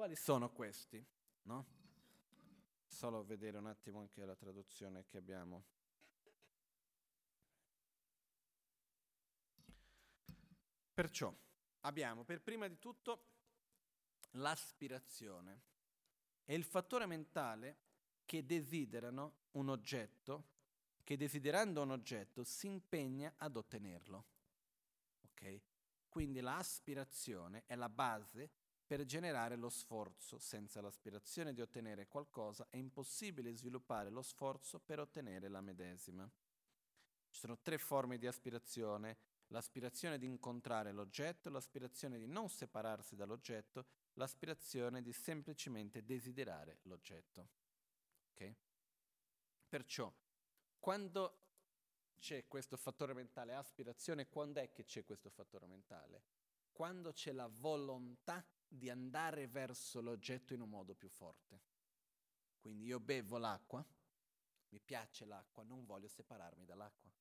quali sono questi? No? Solo vedere un attimo anche la traduzione che abbiamo. Perciò abbiamo per prima di tutto l'aspirazione. È il fattore mentale che desiderano un oggetto, che desiderando un oggetto si impegna ad ottenerlo. Ok? Quindi l'aspirazione è la base per generare lo sforzo. Senza l'aspirazione di ottenere qualcosa è impossibile sviluppare lo sforzo per ottenere la medesima. Ci sono 3 forme di aspirazione: l'aspirazione di incontrare l'oggetto, l'aspirazione di non separarsi dall'oggetto, l'aspirazione di semplicemente desiderare l'oggetto. Ok? Perciò, quando c'è questo fattore mentale aspirazione, quando è che c'è questo fattore mentale? Quando c'è la volontà di andare verso l'oggetto in un modo più forte. Quindi io bevo l'acqua, mi piace l'acqua, non voglio separarmi dall'acqua.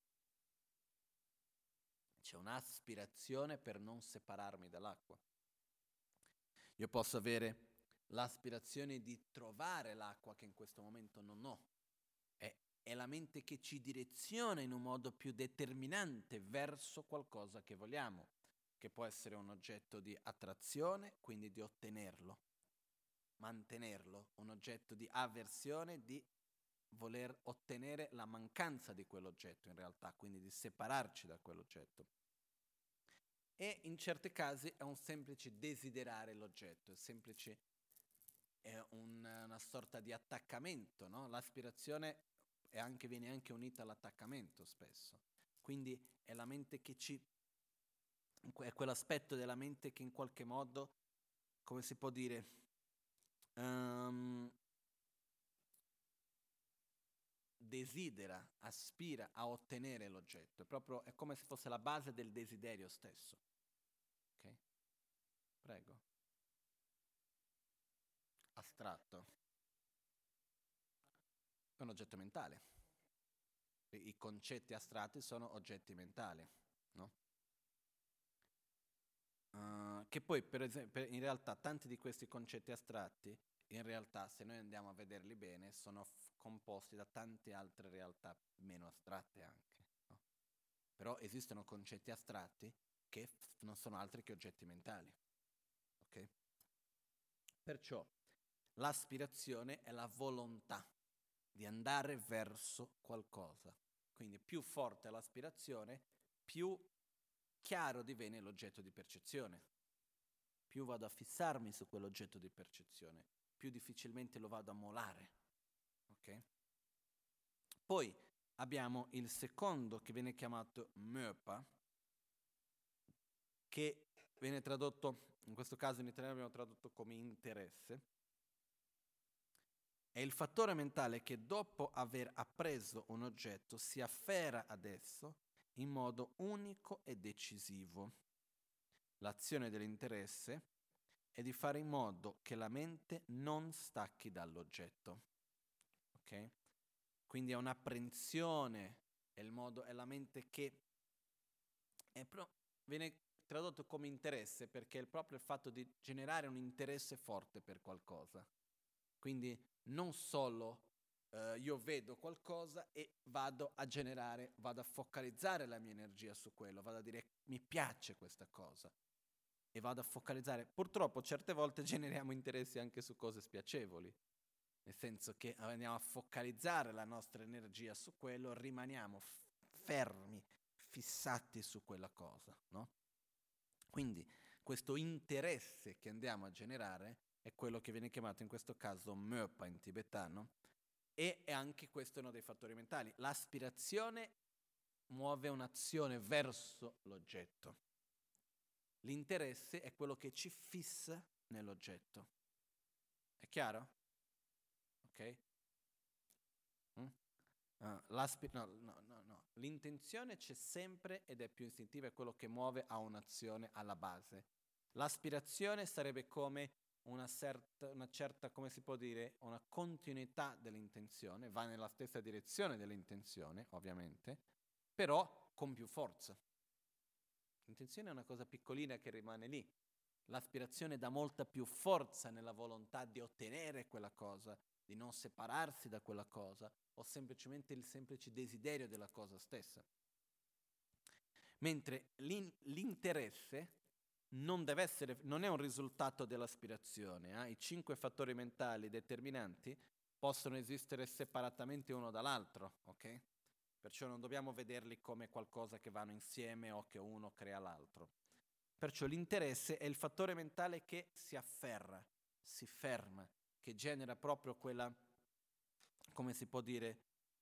C'è un'aspirazione per non separarmi dall'acqua. Io posso avere l'aspirazione di trovare l'acqua che in questo momento non ho. È la mente che ci direziona in un modo più determinante verso qualcosa che vogliamo, che può essere un oggetto di attrazione, quindi di ottenerlo, mantenerlo, un oggetto di avversione, di voler ottenere la mancanza di quell'oggetto in realtà, quindi di separarci da quell'oggetto. E in certi casi è un semplice desiderare l'oggetto, è una sorta di attaccamento, no? L'aspirazione viene anche unita all'attaccamento spesso. Quindi è la mente è quell'aspetto della mente che in qualche modo, come si può dire, desidera, aspira a ottenere l'oggetto. È come se fosse la base del desiderio stesso. Ok? Prego. Astratto. È un oggetto mentale. I concetti astratti sono oggetti mentali, no? Che poi, per esempio, in realtà tanti di questi concetti astratti, in realtà, se noi andiamo a vederli bene, sono composti da tante altre realtà meno astratte anche, no? Però esistono concetti astratti che non sono altri che oggetti mentali, ok? Perciò l'aspirazione è la volontà di andare verso qualcosa. Quindi più forte è l'aspirazione, più chiaro diviene l'oggetto di percezione. Più vado a fissarmi su quell'oggetto di percezione, più difficilmente lo vado a molare. Ok? Poi abbiamo il secondo che viene chiamato möpa, che viene tradotto, in questo caso in italiano abbiamo tradotto come interesse. È il fattore mentale che dopo aver appreso un oggetto si afferra ad esso in modo unico e decisivo. L'azione dell'interesse è di fare in modo che la mente non stacchi dall'oggetto. Ok? Quindi è un'apprensione, è la mente che viene tradotto come interesse perché è proprio il fatto di generare un interesse forte per qualcosa. Quindi non solo io vedo qualcosa e vado a focalizzare la mia energia su quello, vado a dire mi piace questa cosa e vado a focalizzare. Purtroppo certe volte generiamo interessi anche su cose spiacevoli, nel senso che andiamo a focalizzare la nostra energia su quello, rimaniamo fermi, fissati su quella cosa, no? Quindi questo interesse che andiamo a generare è quello che viene chiamato in questo caso möpa in tibetano, e è anche questo uno dei fattori mentali. L'aspirazione muove un'azione verso l'oggetto. L'interesse è quello che ci fissa nell'oggetto. È chiaro? Ok? No. L'intenzione c'è sempre ed è più istintiva, è quello che muove a un'azione alla base. L'aspirazione sarebbe come una certa, come si può dire, una continuità dell'intenzione, va nella stessa direzione dell'intenzione, ovviamente, però con più forza. L'intenzione è una cosa piccolina che rimane lì, L'aspirazione dà molta più forza nella volontà di ottenere quella cosa, di non separarsi da quella cosa, o semplicemente il semplice desiderio della cosa stessa. Mentre l'interesse non deve essere, non è un risultato dell'aspirazione. I 5 fattori mentali determinanti possono esistere separatamente uno dall'altro, ok? Perciò non dobbiamo vederli come qualcosa che vanno insieme o che uno crea l'altro. Perciò l'interesse è il fattore mentale che si afferra, si ferma, che genera proprio quella, come si può dire,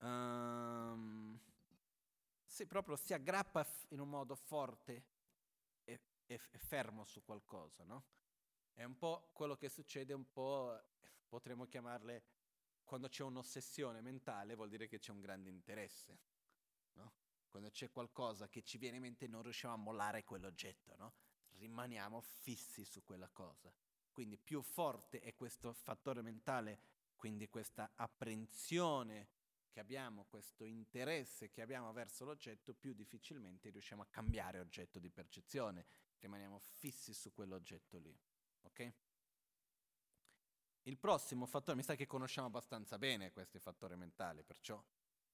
sì, proprio si aggrappa in un modo forte e fermo su qualcosa, no? È un po' quello che succede un po', potremmo chiamarle, quando c'è un'ossessione mentale vuol dire che c'è un grande interesse, no? Quando c'è qualcosa che ci viene in mente non riusciamo a mollare quell'oggetto, no? Rimaniamo fissi su quella cosa. Quindi più forte è questo fattore mentale, quindi questa apprensione che abbiamo, questo interesse che abbiamo verso l'oggetto, più difficilmente riusciamo a cambiare oggetto di percezione, rimaniamo fissi su quell'oggetto lì, ok? Il prossimo fattore, mi sa che conosciamo abbastanza bene questi fattori mentali, perciò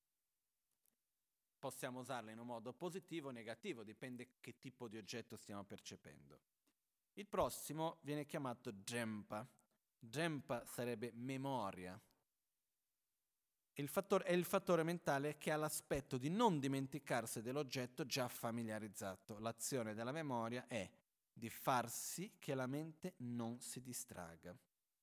possiamo usarli in un modo positivo o negativo, dipende che tipo di oggetto stiamo percependo. Il prossimo viene chiamato Gempa. Gempa sarebbe memoria. È il fattore mentale che ha l'aspetto di non dimenticarsi dell'oggetto già familiarizzato. L'azione della memoria è di far sì che la mente non si distragga.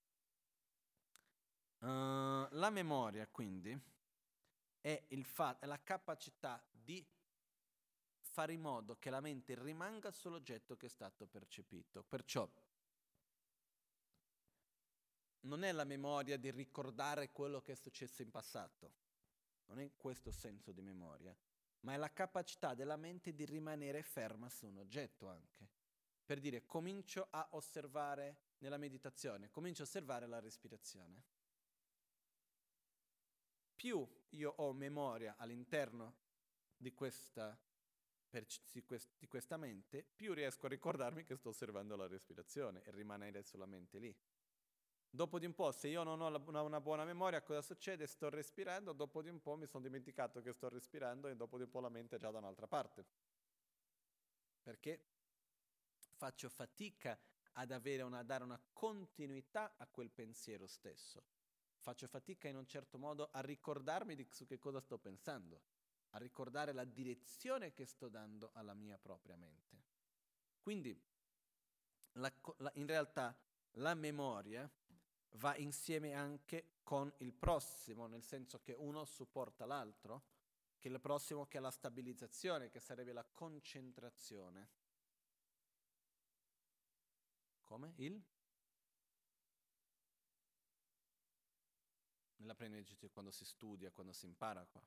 La memoria, quindi, è la capacità di fare in modo che la mente rimanga sull'oggetto che è stato percepito. Perciò non è la memoria di ricordare quello che è successo in passato, non è questo senso di memoria, ma è la capacità della mente di rimanere ferma su un oggetto anche. Per dire, comincio a osservare nella meditazione, comincio a osservare la respirazione. Più io ho memoria all'interno di questa mente, più riesco a ricordarmi che sto osservando la respirazione e rimanere solamente lì. Dopo di un po', se io non ho una buona memoria, cosa succede? Sto respirando, dopo di un po' mi sono dimenticato che sto respirando e dopo di un po' la mente è già da un'altra parte. Perché faccio fatica a dare una continuità a quel pensiero stesso. Faccio fatica in un certo modo a ricordarmi su che cosa sto pensando, a ricordare la direzione che sto dando alla mia propria mente. Quindi, in realtà, la memoria va insieme anche con il prossimo, nel senso che uno supporta l'altro, che il prossimo che è la stabilizzazione, che sarebbe la concentrazione. Come? Nell'apprendimento quando si studia, quando si impara qua.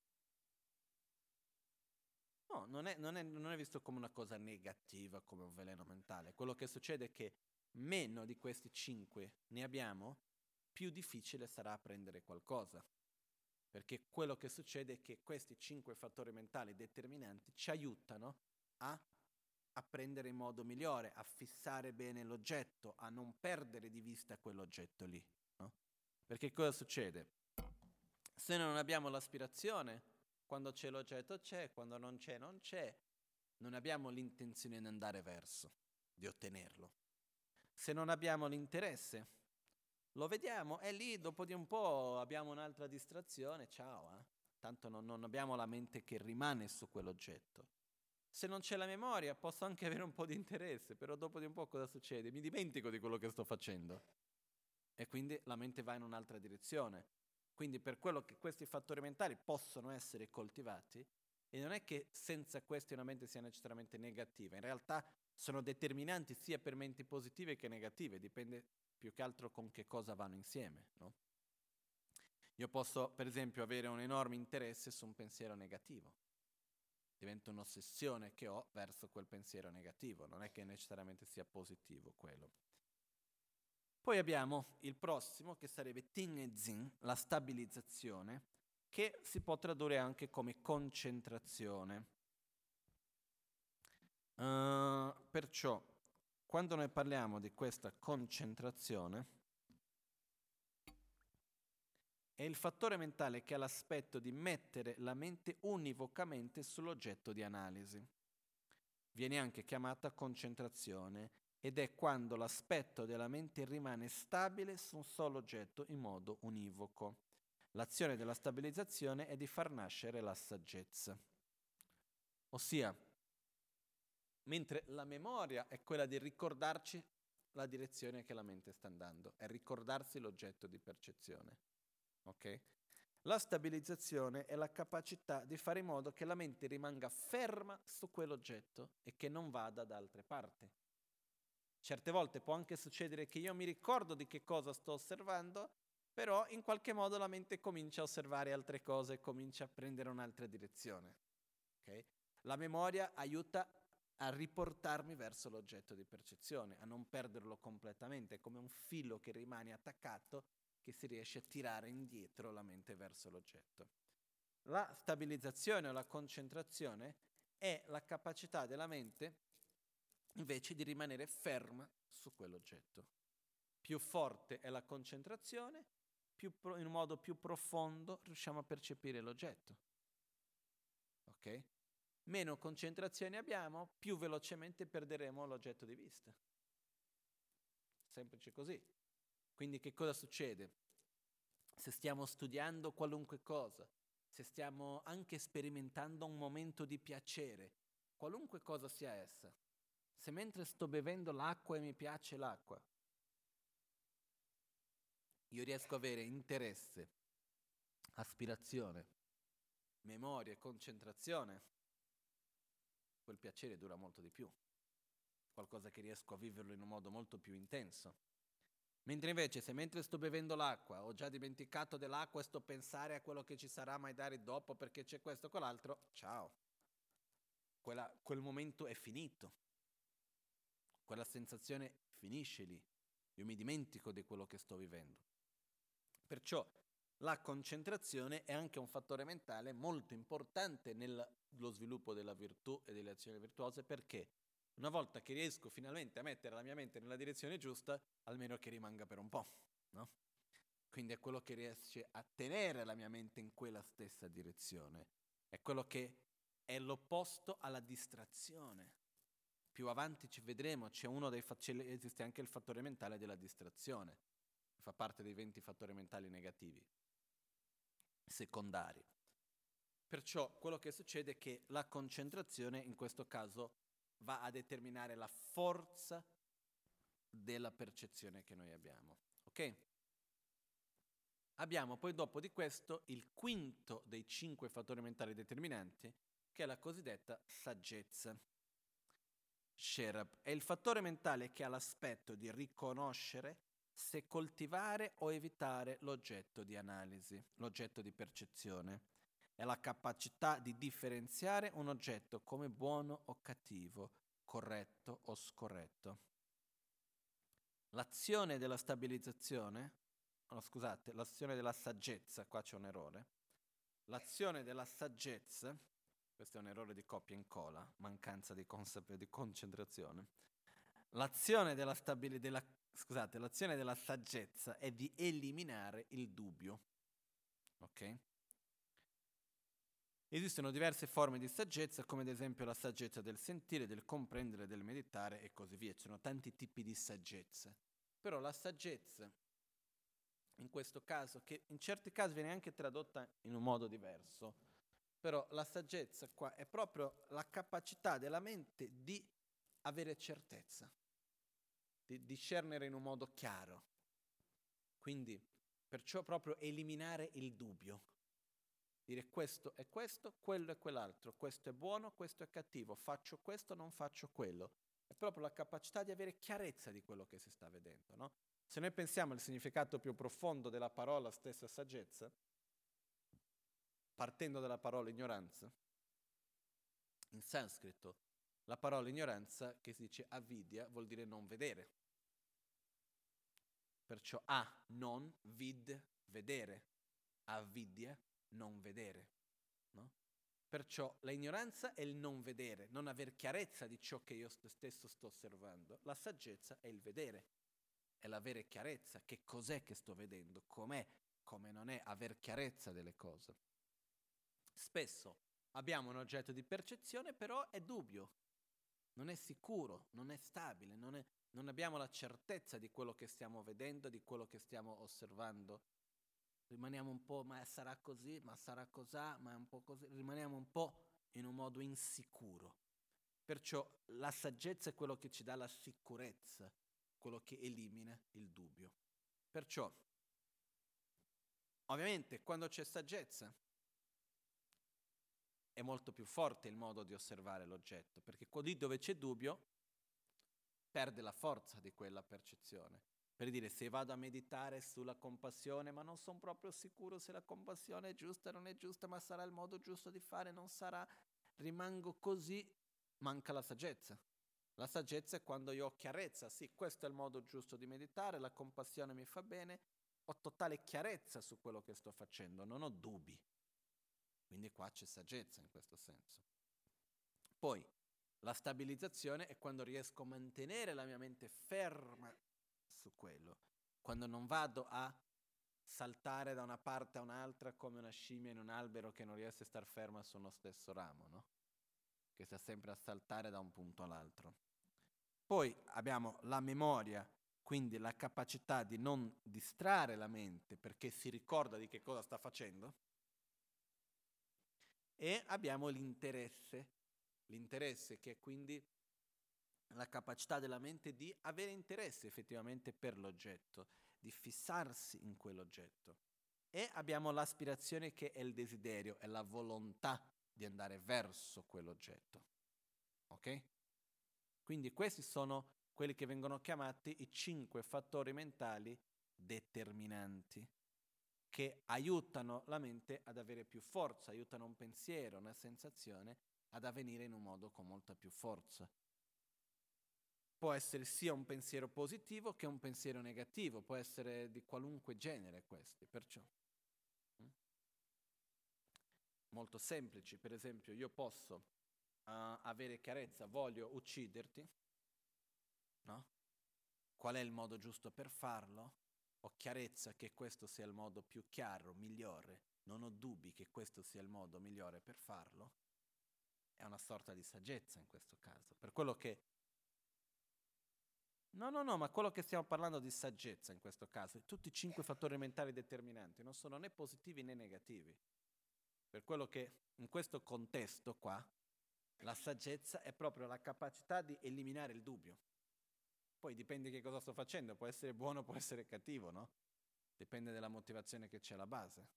No, non è visto come una cosa negativa, come un veleno mentale. Quello che succede è che meno di questi 5 ne abbiamo, più difficile sarà apprendere qualcosa. Perché quello che succede è che questi 5 fattori mentali determinanti ci aiutano a apprendere in modo migliore, a fissare bene l'oggetto, a non perdere di vista quell'oggetto lì. No? Perché cosa succede? Se non abbiamo l'aspirazione, quando c'è l'oggetto c'è, quando non c'è non c'è, non abbiamo l'intenzione di andare verso, di ottenerlo. Se non abbiamo l'interesse, lo vediamo e lì dopo di un po' abbiamo un'altra distrazione, ciao, tanto non abbiamo la mente che rimane su quell'oggetto. Se non c'è la memoria posso anche avere un po' di interesse, però dopo di un po' cosa succede? Mi dimentico di quello che sto facendo e quindi la mente va in un'altra direzione. Quindi per quello che questi fattori mentali possono essere coltivati, e non è che senza questi una mente sia necessariamente negativa, in realtà sono determinanti sia per menti positive che negative, dipende più che altro con che cosa vanno insieme, no? Io posso, per esempio, avere un enorme interesse su un pensiero negativo. Diventa un'ossessione che ho verso quel pensiero negativo, non è che necessariamente sia positivo quello. Poi abbiamo il prossimo che sarebbe Ting e Zin, la stabilizzazione, che si può tradurre anche come concentrazione. Perciò quando noi parliamo di questa concentrazione, è il fattore mentale che ha l'aspetto di mettere la mente univocamente sull'oggetto di analisi. Viene anche chiamata concentrazione ed è quando l'aspetto della mente rimane stabile su un solo oggetto in modo univoco. L'azione della stabilizzazione è di far nascere la saggezza. Ossia, mentre la memoria è quella di ricordarci la direzione che la mente sta andando, è ricordarsi l'oggetto di percezione. Ok? La stabilizzazione è la capacità di fare in modo che la mente rimanga ferma su quell'oggetto e che non vada da altre parti. Certe volte può anche succedere che io mi ricordo di che cosa sto osservando, però in qualche modo la mente comincia a osservare altre cose, comincia a prendere un'altra direzione. Okay? La memoria aiuta a riportarmi verso l'oggetto di percezione, a non perderlo completamente, è come un filo che rimane attaccato che si riesce a tirare indietro la mente verso l'oggetto. La stabilizzazione o la concentrazione è la capacità della mente invece di rimanere ferma su quell'oggetto. Più forte è la concentrazione, in un modo più profondo riusciamo a percepire l'oggetto. Ok? Meno concentrazione abbiamo, più velocemente perderemo l'oggetto di vista. Semplice così. Quindi che cosa succede? Se stiamo studiando qualunque cosa, se stiamo anche sperimentando un momento di piacere, qualunque cosa sia essa, se mentre sto bevendo l'acqua e mi piace l'acqua, io riesco ad avere interesse, aspirazione, memoria e concentrazione, quel piacere dura molto di più, qualcosa che riesco a viverlo in un modo molto più intenso. Mentre invece se mentre sto bevendo l'acqua ho già dimenticato dell'acqua e sto a pensare a quello che ci sarà mai dare dopo perché c'è questo o quell'altro, ciao. Quel momento è finito. Quella sensazione finisce lì. Io mi dimentico di quello che sto vivendo. Perciò la concentrazione è anche un fattore mentale molto importante nello sviluppo della virtù e delle azioni virtuose perché una volta che riesco finalmente a mettere la mia mente nella direzione giusta, almeno che rimanga per un po', no? Quindi è quello che riesce a tenere la mia mente in quella stessa direzione. È quello che è l'opposto alla distrazione. Più avanti ci vedremo, esiste anche il fattore mentale della distrazione, che fa parte dei 20 fattori mentali negativi, secondari. Perciò quello che succede è che la concentrazione in questo caso va a determinare la forza della percezione che noi abbiamo. Ok? Abbiamo poi dopo di questo il quinto dei 5 fattori mentali determinanti, che è la cosiddetta saggezza. Sherab è il fattore mentale che ha l'aspetto di riconoscere se coltivare o evitare l'oggetto di analisi, l'oggetto di percezione. È la capacità di differenziare un oggetto come buono o cattivo, corretto o scorretto. L'azione della stabilizzazione, l'azione della saggezza, qua c'è un errore. L'azione della saggezza, questo è un errore di copia e incolla, mancanza di concentrazione. L'azione della saggezza è di eliminare il dubbio. Ok? Esistono diverse forme di saggezza, come ad esempio la saggezza del sentire, del comprendere, del meditare e così via. Ci sono tanti tipi di saggezza. Però la saggezza, in questo caso, che in certi casi viene anche tradotta in un modo diverso, però la saggezza qua è proprio la capacità della mente di avere certezza, di discernere in un modo chiaro. Quindi, perciò proprio eliminare il dubbio. Dire questo è questo, quello è quell'altro, questo è buono, questo è cattivo, faccio questo, non faccio quello. È proprio la capacità di avere chiarezza di quello che si sta vedendo, no? Se noi pensiamo al significato più profondo della parola stessa saggezza, partendo dalla parola ignoranza, in sanscrito la parola ignoranza che si dice avidya vuol dire non vedere. Perciò non vid vedere, avidya non vedere, no? Perciò la ignoranza è il non vedere, non aver chiarezza di ciò che io stesso sto osservando. La saggezza è il vedere, è l'avere chiarezza. Che cos'è che sto vedendo? Com'è? Come non è? Aver chiarezza delle cose. Spesso abbiamo un oggetto di percezione, però è dubbio, non è sicuro, non è stabile, non abbiamo la certezza di quello che stiamo vedendo, di quello che stiamo osservando. Rimaniamo un po', ma sarà così, ma sarà cos'ha, ma è un po' così, rimaniamo un po' in un modo insicuro. Perciò la saggezza è quello che ci dà la sicurezza, quello che elimina il dubbio. Perciò, ovviamente, quando c'è saggezza, è molto più forte il modo di osservare l'oggetto, perché lì dove c'è dubbio, perde la forza di quella percezione. Per dire, se vado a meditare sulla compassione, ma non sono proprio sicuro se la compassione è giusta o non è giusta, ma sarà il modo giusto di fare, non sarà, rimango così, manca la saggezza. La saggezza è quando io ho chiarezza, sì, questo è il modo giusto di meditare, la compassione mi fa bene, ho totale chiarezza su quello che sto facendo, non ho dubbi. Quindi qua c'è saggezza in questo senso. Poi, la stabilizzazione è quando riesco a mantenere la mia mente ferma su quello, quando non vado a saltare da una parte a un'altra come una scimmia in un albero che non riesce a star ferma su uno stesso ramo, no? Che sta sempre a saltare da un punto all'altro. Poi abbiamo la memoria, quindi la capacità di non distrarre la mente perché si ricorda di che cosa sta facendo. E abbiamo l'interesse che è quindi la capacità della mente di avere interesse effettivamente per l'oggetto, di fissarsi in quell'oggetto. E abbiamo l'aspirazione che è il desiderio, è la volontà di andare verso quell'oggetto. Ok? Quindi questi sono quelli che vengono chiamati i 5 fattori mentali determinanti, che aiutano la mente ad avere più forza, aiutano un pensiero, una sensazione ad avvenire in un modo con molta più forza. Può essere sia un pensiero positivo che un pensiero negativo, può essere di qualunque genere questi, perciò. Molto semplici, per esempio io posso avere chiarezza, voglio ucciderti, no? Qual è il modo giusto per farlo? Ho chiarezza che questo sia il modo più chiaro, migliore, non ho dubbi che questo sia il modo migliore per farlo. È una sorta di saggezza in questo caso, per quello che No, ma quello che stiamo parlando di saggezza in questo caso, tutti i 5 fattori mentali determinanti non sono né positivi né negativi. Per quello che in questo contesto qua, la saggezza è proprio la capacità di eliminare il dubbio. Poi dipende che cosa sto facendo, può essere buono, può essere cattivo, no? Dipende dalla motivazione che c'è alla base.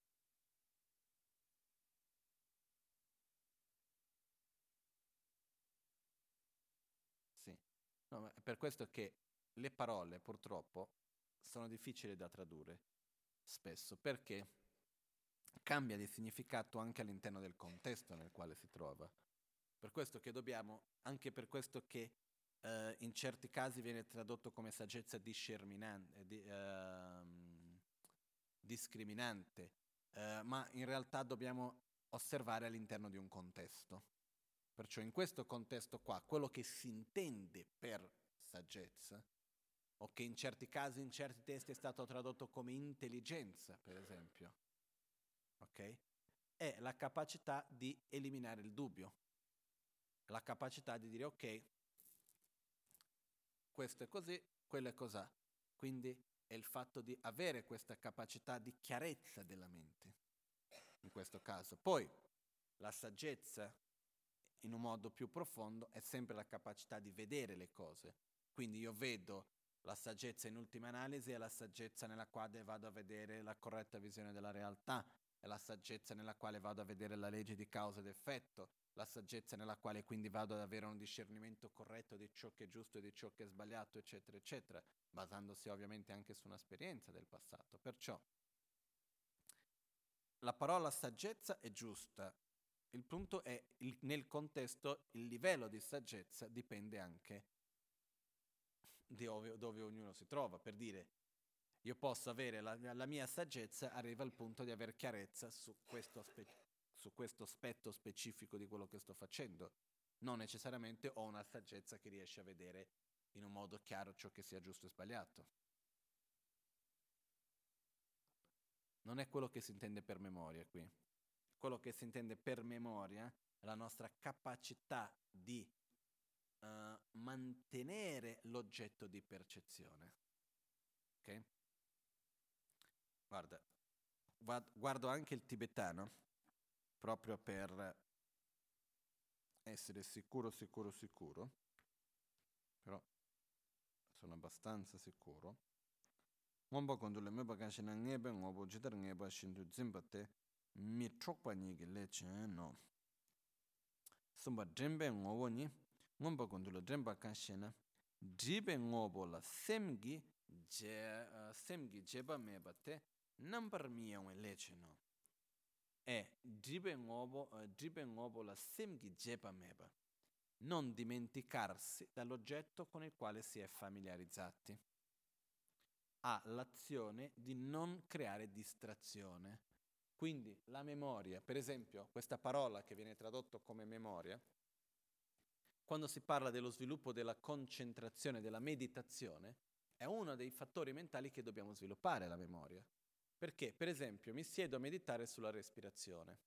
Sì. No, ma è per questo che le parole purtroppo sono difficili da tradurre spesso, perché cambia di significato anche all'interno del contesto nel quale si trova. Per questo che dobbiamo, anche per questo che in certi casi viene tradotto come saggezza discriminante, ma in realtà dobbiamo osservare all'interno di un contesto. Perciò in questo contesto qua, quello che si intende per saggezza, o che in certi casi, in certi testi è stato tradotto come intelligenza, per esempio, ok? È la capacità di eliminare il dubbio, la capacità di dire ok, questo è così, quello è cos'ha. Quindi è il fatto di avere questa capacità di chiarezza della mente, in questo caso. Poi la saggezza, in un modo più profondo, è sempre la capacità di vedere le cose. Quindi io vedo la saggezza in ultima analisi, è la saggezza nella quale vado a vedere la corretta visione della realtà, è la saggezza nella quale vado a vedere la legge di causa ed effetto, la saggezza nella quale quindi vado ad avere un discernimento corretto di ciò che è giusto e di ciò che è sbagliato, eccetera, eccetera, basandosi ovviamente anche su un'esperienza del passato. Perciò la parola saggezza è giusta, il punto è nel contesto il livello di saggezza dipende anche dove ognuno si trova. Per dire, io posso avere la mia saggezza arriva al punto di aver chiarezza su su questo aspetto specifico di quello che sto facendo. Non necessariamente ho una saggezza che riesce a vedere in un modo chiaro ciò che sia giusto e sbagliato. Non è quello che si intende per memoria qui. Quello che si intende per memoria è la nostra capacità di mantenere l'oggetto di percezione. Ok? Guarda, guardo anche il tibetano, proprio per essere sicuro, però sono abbastanza sicuro. Ngomba kondule me bagashi na ngebe ngobo jidar ngeba shindu zimbate mi chokpa ni ge leche no. Sumba drembe ngobo ni ngomba kondule dremba kanshena dribe ngobo la semgi jeba meba te nambar mi yangwe leche no. Dribe ngobo la semgi jeba meba. Non dimenticarsi dall'oggetto con il quale si è familiarizzati. Ha l'azione di non creare distrazione. Quindi la memoria, per esempio, questa parola che viene tradotto come memoria, quando si parla dello sviluppo della concentrazione, della meditazione, è uno dei fattori mentali che dobbiamo sviluppare, la memoria. Perché, per esempio, mi siedo a meditare sulla respirazione.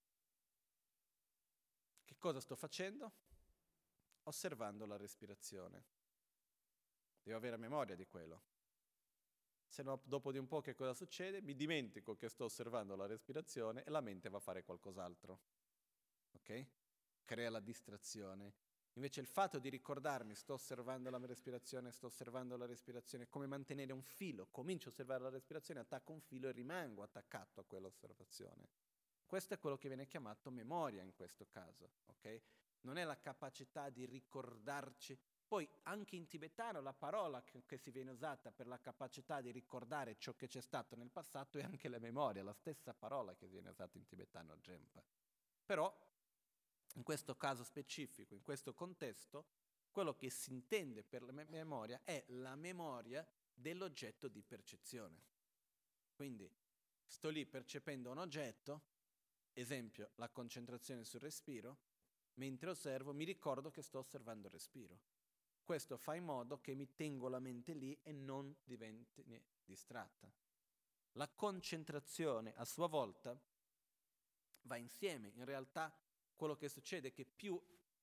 Che cosa sto facendo? Osservando la respirazione. Devo avere memoria di quello. Se no, dopo di un po' che cosa succede? Mi dimentico che sto osservando la respirazione e la mente va a fare qualcos'altro. Ok? Crea la distrazione. Invece il fatto di ricordarmi, sto osservando la respirazione, come mantenere un filo. Comincio a osservare la respirazione, attacco un filo e rimango attaccato a quell'osservazione. Questo è quello che viene chiamato memoria in questo caso, ok? Non è la capacità di ricordarci. Poi anche in tibetano la parola che si viene usata per la capacità di ricordare ciò che c'è stato nel passato è anche la memoria, la stessa parola che viene usata in tibetano, Jempa. Però in questo caso specifico, in questo contesto, quello che si intende per la memoria è la memoria dell'oggetto di percezione. Quindi sto lì percependo un oggetto, esempio la concentrazione sul respiro, mentre osservo mi ricordo che sto osservando il respiro. Questo fa in modo che mi tengo la mente lì e non diventi distratta. La concentrazione a sua volta va insieme. In realtà quello che succede è che più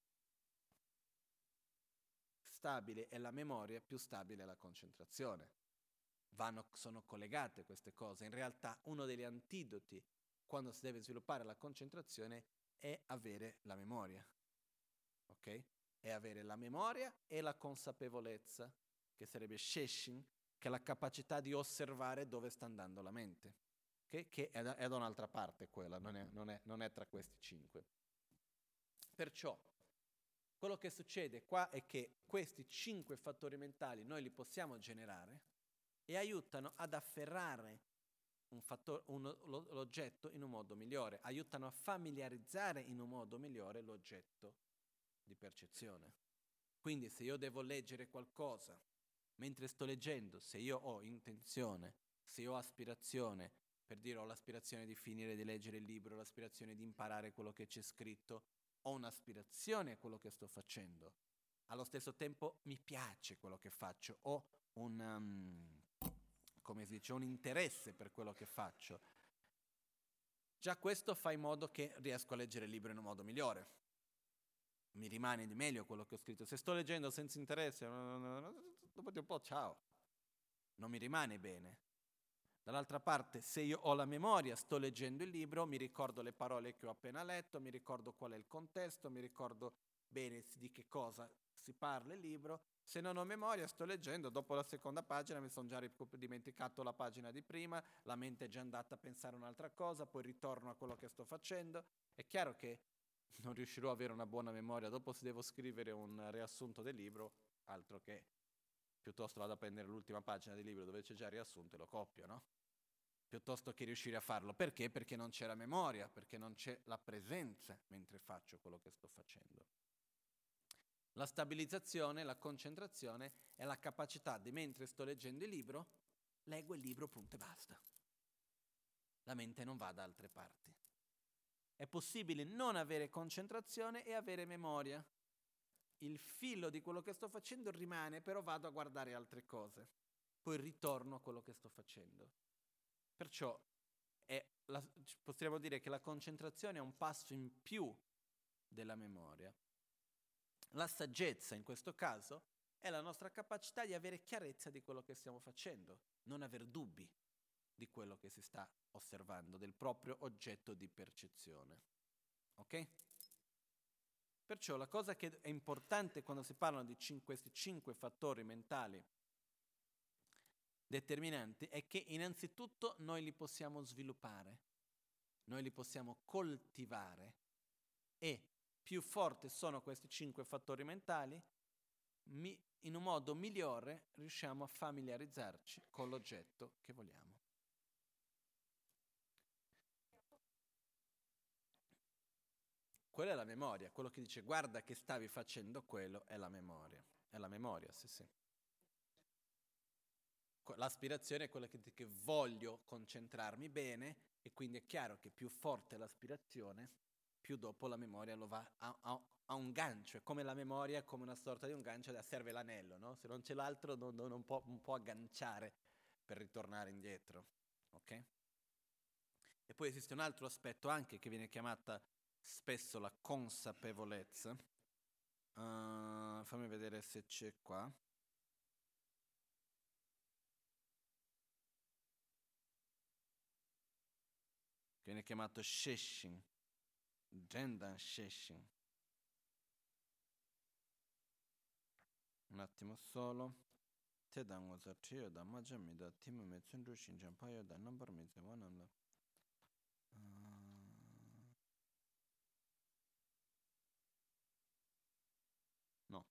stabile è la memoria, più stabile è la concentrazione. Sono collegate queste cose. In realtà uno degli antidoti quando si deve sviluppare la concentrazione è avere la memoria. Ok? È avere la memoria e la consapevolezza, che sarebbe sheshin, che è la capacità di osservare dove sta andando la mente, okay? Che è da un'altra parte quella, non è tra questi 5. Perciò, quello che succede qua è che questi 5 fattori mentali noi li possiamo generare e aiutano ad afferrare l'oggetto in un modo migliore, aiutano a familiarizzare in un modo migliore l'oggetto di percezione. Quindi se io devo leggere qualcosa, mentre sto leggendo, se io ho intenzione, se io ho aspirazione, per dire ho l'aspirazione di finire di leggere il libro, l'aspirazione di imparare quello che c'è scritto, ho un'aspirazione a quello che sto facendo. Allo stesso tempo mi piace quello che faccio, ho come si dice, un interesse per quello che faccio. Già questo fa in modo che riesco a leggere il libro in un modo migliore. Mi rimane di meglio quello che ho scritto. Se sto leggendo senza interesse, dopo di un po', ciao. Non mi rimane bene. Dall'altra parte, se io ho la memoria, sto leggendo il libro, mi ricordo le parole che ho appena letto, mi ricordo qual è il contesto, mi ricordo bene di che cosa si parla il libro. Se non ho memoria, sto leggendo, dopo la seconda pagina mi sono già dimenticato la pagina di prima, la mente è già andata a pensare un'altra cosa, poi ritorno a quello che sto facendo. È chiaro che non riuscirò a avere una buona memoria, dopo se devo scrivere un riassunto del libro, altro che piuttosto vado a prendere l'ultima pagina del libro dove c'è già il riassunto e lo copio, no? Piuttosto che riuscire a farlo. Perché? Perché non c'è la memoria, perché non c'è la presenza mentre faccio quello che sto facendo. La stabilizzazione, la concentrazione è la capacità di, mentre sto leggendo il libro, leggo il libro, punto e basta. La mente non va da altre parti. È possibile non avere concentrazione e avere memoria. Il filo di quello che sto facendo rimane, però vado a guardare altre cose. Poi ritorno a quello che sto facendo. Perciò potremmo dire che la concentrazione è un passo in più della memoria. La saggezza, in questo caso, è la nostra capacità di avere chiarezza di quello che stiamo facendo, non aver dubbi di quello che si sta osservando, del proprio oggetto di percezione. Ok? Perciò la cosa che è importante quando si parlano di questi 5 fattori mentali determinanti è che innanzitutto noi li possiamo sviluppare, noi li possiamo coltivare e più forti sono questi 5 fattori mentali, in un modo migliore riusciamo a familiarizzarci con l'oggetto che vogliamo. Quella è la memoria, quello che dice guarda che stavi facendo quello è la memoria. È la memoria, sì. L'aspirazione è quella che dice che voglio concentrarmi bene e quindi è chiaro che più forte è l'aspirazione, più dopo la memoria lo va a un gancio. È come la memoria, è come una sorta di un gancio, serve l'anello, no? Se non c'è l'altro non può agganciare per ritornare indietro, ok? E poi esiste un altro aspetto anche che viene chiamata spesso la consapevolezza. Fammi vedere se c'è qua. Che viene chiamato Sheshin, Gendan Sheshin. Un attimo solo. Te dan wazartiyo da majami da timu me tsundru shinjan payo da number me zewanan la. No.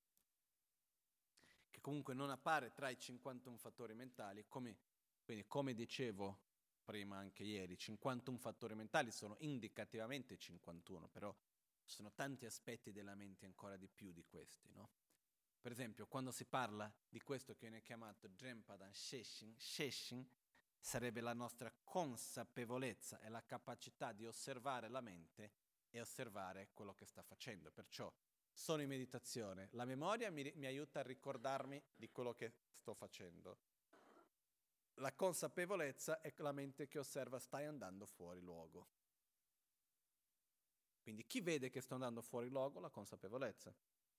Che comunque non appare tra i 51 fattori mentali, quindi come dicevo prima anche ieri, 51 fattori mentali sono indicativamente 51, però ci sono tanti aspetti della mente ancora di più di questi, no? Per esempio, quando si parla di questo che viene chiamato Drenpadan Sheshin sarebbe la nostra consapevolezza e la capacità di osservare la mente e osservare quello che sta facendo. Perciò sono in meditazione, la memoria mi aiuta a ricordarmi di quello che sto facendo. La consapevolezza è la mente che osserva stai andando fuori luogo. Quindi chi vede che sto andando fuori luogo? La consapevolezza.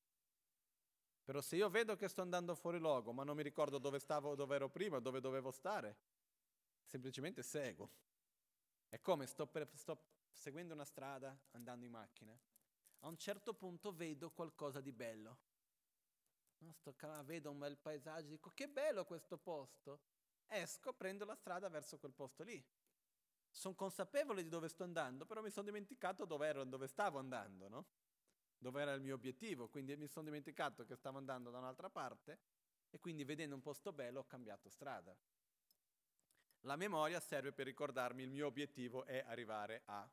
Però se io vedo che sto andando fuori luogo, ma non mi ricordo dove stavo, dove ero prima, dove dovevo stare, semplicemente seguo. È come sto seguendo una strada, andando in macchina. A un certo punto vedo qualcosa di bello. Vedo un bel paesaggio, dico che bello questo posto. Esco, prendo la strada verso quel posto lì. Sono consapevole di dove sto andando, però mi sono dimenticato dove stavo andando, no? Dove era il mio obiettivo, quindi mi sono dimenticato che stavo andando da un'altra parte e quindi vedendo un posto bello ho cambiato strada. La memoria serve per ricordarmi il mio obiettivo è arrivare a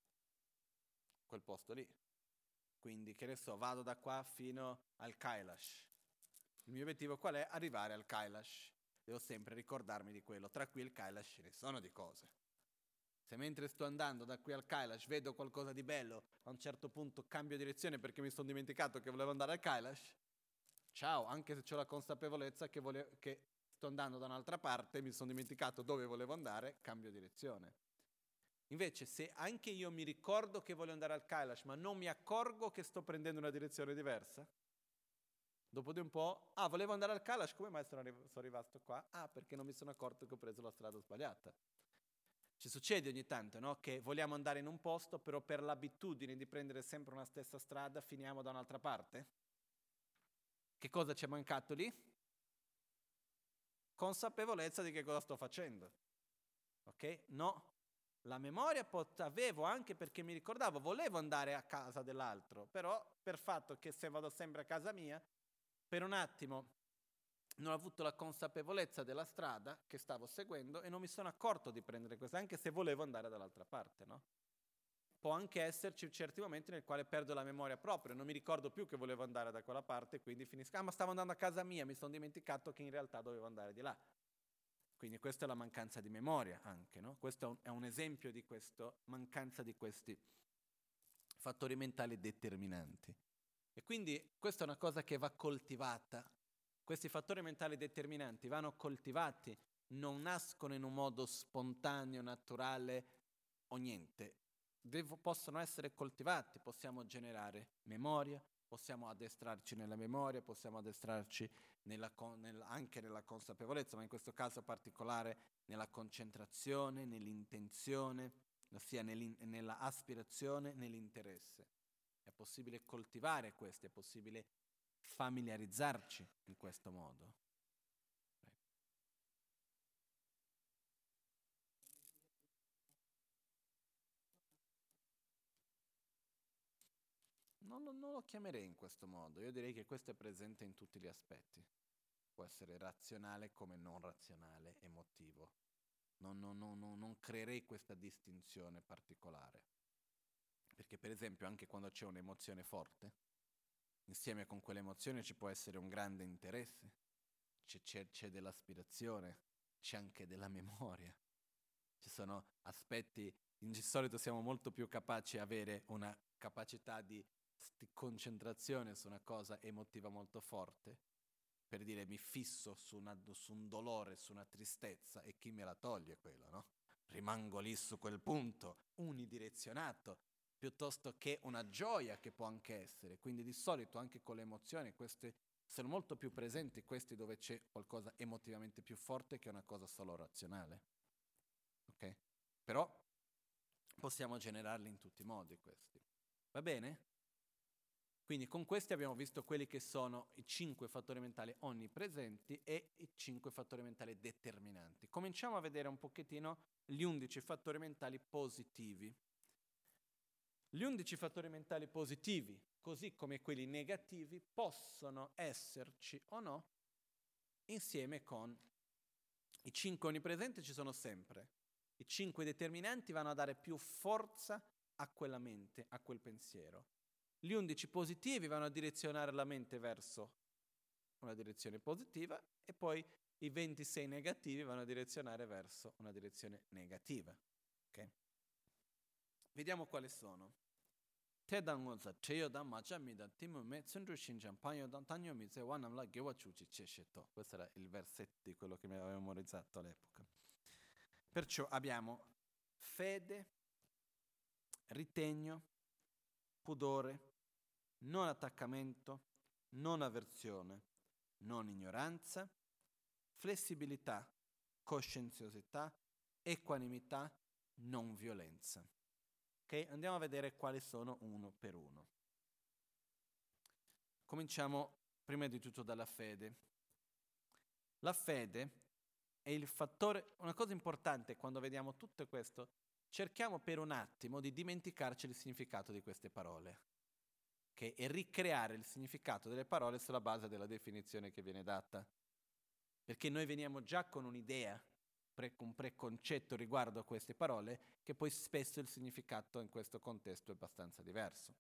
quel posto lì. Quindi, che ne so, vado da qua fino al Kailash. Il mio obiettivo qual è? Arrivare al Kailash. Devo sempre ricordarmi di quello. Tra qui e il Kailash ce ne sono di cose. Se mentre sto andando da qui al Kailash vedo qualcosa di bello, a un certo punto cambio direzione perché mi sono dimenticato che volevo andare al Kailash, ciao, anche se ho la consapevolezza che sto andando da un'altra parte, mi sono dimenticato dove volevo andare, cambio direzione. Invece se anche io mi ricordo che voglio andare al Kailash, ma non mi accorgo che sto prendendo una direzione diversa, dopo di un po', volevo andare al Kailash, come mai sono arrivato qua? Perché non mi sono accorto che ho preso la strada sbagliata. Ci succede ogni tanto, no? Che vogliamo andare in un posto, però per l'abitudine di prendere sempre una stessa strada finiamo da un'altra parte? Che cosa ci è mancato lì? Consapevolezza di che cosa sto facendo. Ok? No. La memoria avevo anche perché mi ricordavo, volevo andare a casa dell'altro, però per fatto che se vado sempre a casa mia, per un attimo non ho avuto la consapevolezza della strada che stavo seguendo e non mi sono accorto di prendere questa, anche se volevo andare dall'altra parte, no? Può anche esserci certi momenti nel quale perdo la memoria proprio, non mi ricordo più che volevo andare da quella parte, quindi finisco, ma stavo andando a casa mia, mi sono dimenticato che in realtà dovevo andare di là. Quindi questa è la mancanza di memoria anche, no? Questo è un esempio di questa mancanza di questi fattori mentali determinanti. E quindi questa è una cosa che va coltivata. Questi fattori mentali determinanti vanno coltivati, non nascono in un modo spontaneo, naturale o niente. Possono essere coltivati, possiamo generare memoria, possiamo addestrarci nella memoria, possiamo addestrarci anche nella consapevolezza, ma in questo caso particolare nella concentrazione, nell'intenzione, ossia nella aspirazione, nell'interesse. È possibile coltivare questi, è possibile familiarizzarci in questo modo. Non lo chiamerei in questo modo, io direi che questo è presente in tutti gli aspetti. Può essere razionale come non razionale, emotivo. Non creerei questa distinzione particolare. Perché per esempio anche quando c'è un'emozione forte, insieme con quell'emozione ci può essere un grande interesse, c'è dell'aspirazione, c'è anche della memoria. Ci sono aspetti, di solito siamo molto più capaci di avere una capacità di concentrazione su una cosa emotiva molto forte, per dire mi fisso su un dolore, su una tristezza e chi me la toglie quella, no? Rimango lì su quel punto, unidirezionato, piuttosto che una gioia che può anche essere. Quindi di solito anche con le emozioni queste sono molto più presenti, questi dove c'è qualcosa emotivamente più forte che una cosa solo razionale. Ok? Però possiamo generarli in tutti i modi questi. Va bene? Quindi con questi abbiamo visto quelli che sono i 5 fattori mentali onnipresenti e i 5 fattori mentali determinanti. Cominciamo a vedere un pochettino gli 11 fattori mentali positivi. Gli 11 fattori mentali positivi, così come quelli negativi, possono esserci o no insieme con i 5 onnipresenti ci sono sempre. I 5 determinanti vanno a dare più forza a quella mente, a quel pensiero. Gli 11 positivi vanno a direzionare la mente verso una direzione positiva e poi i 26 negativi vanno a direzionare verso una direzione negativa. Okay? Vediamo quali sono. Questo era il versetto di quello che mi avevo memorizzato all'epoca. Perciò abbiamo fede, ritegno, pudore, non attaccamento, non avversione, non ignoranza, flessibilità, coscienziosità, equanimità, non violenza. Ok? Andiamo a vedere quali sono uno per uno. Cominciamo prima di tutto dalla fede. La fede è il fattore, una cosa importante quando vediamo tutto questo, cerchiamo per un attimo di dimenticarci il significato di queste parole, okay? E ricreare il significato delle parole sulla base della definizione che viene data. Perché noi veniamo già con un'idea, un preconcetto riguardo a queste parole, che poi spesso il significato in questo contesto è abbastanza diverso.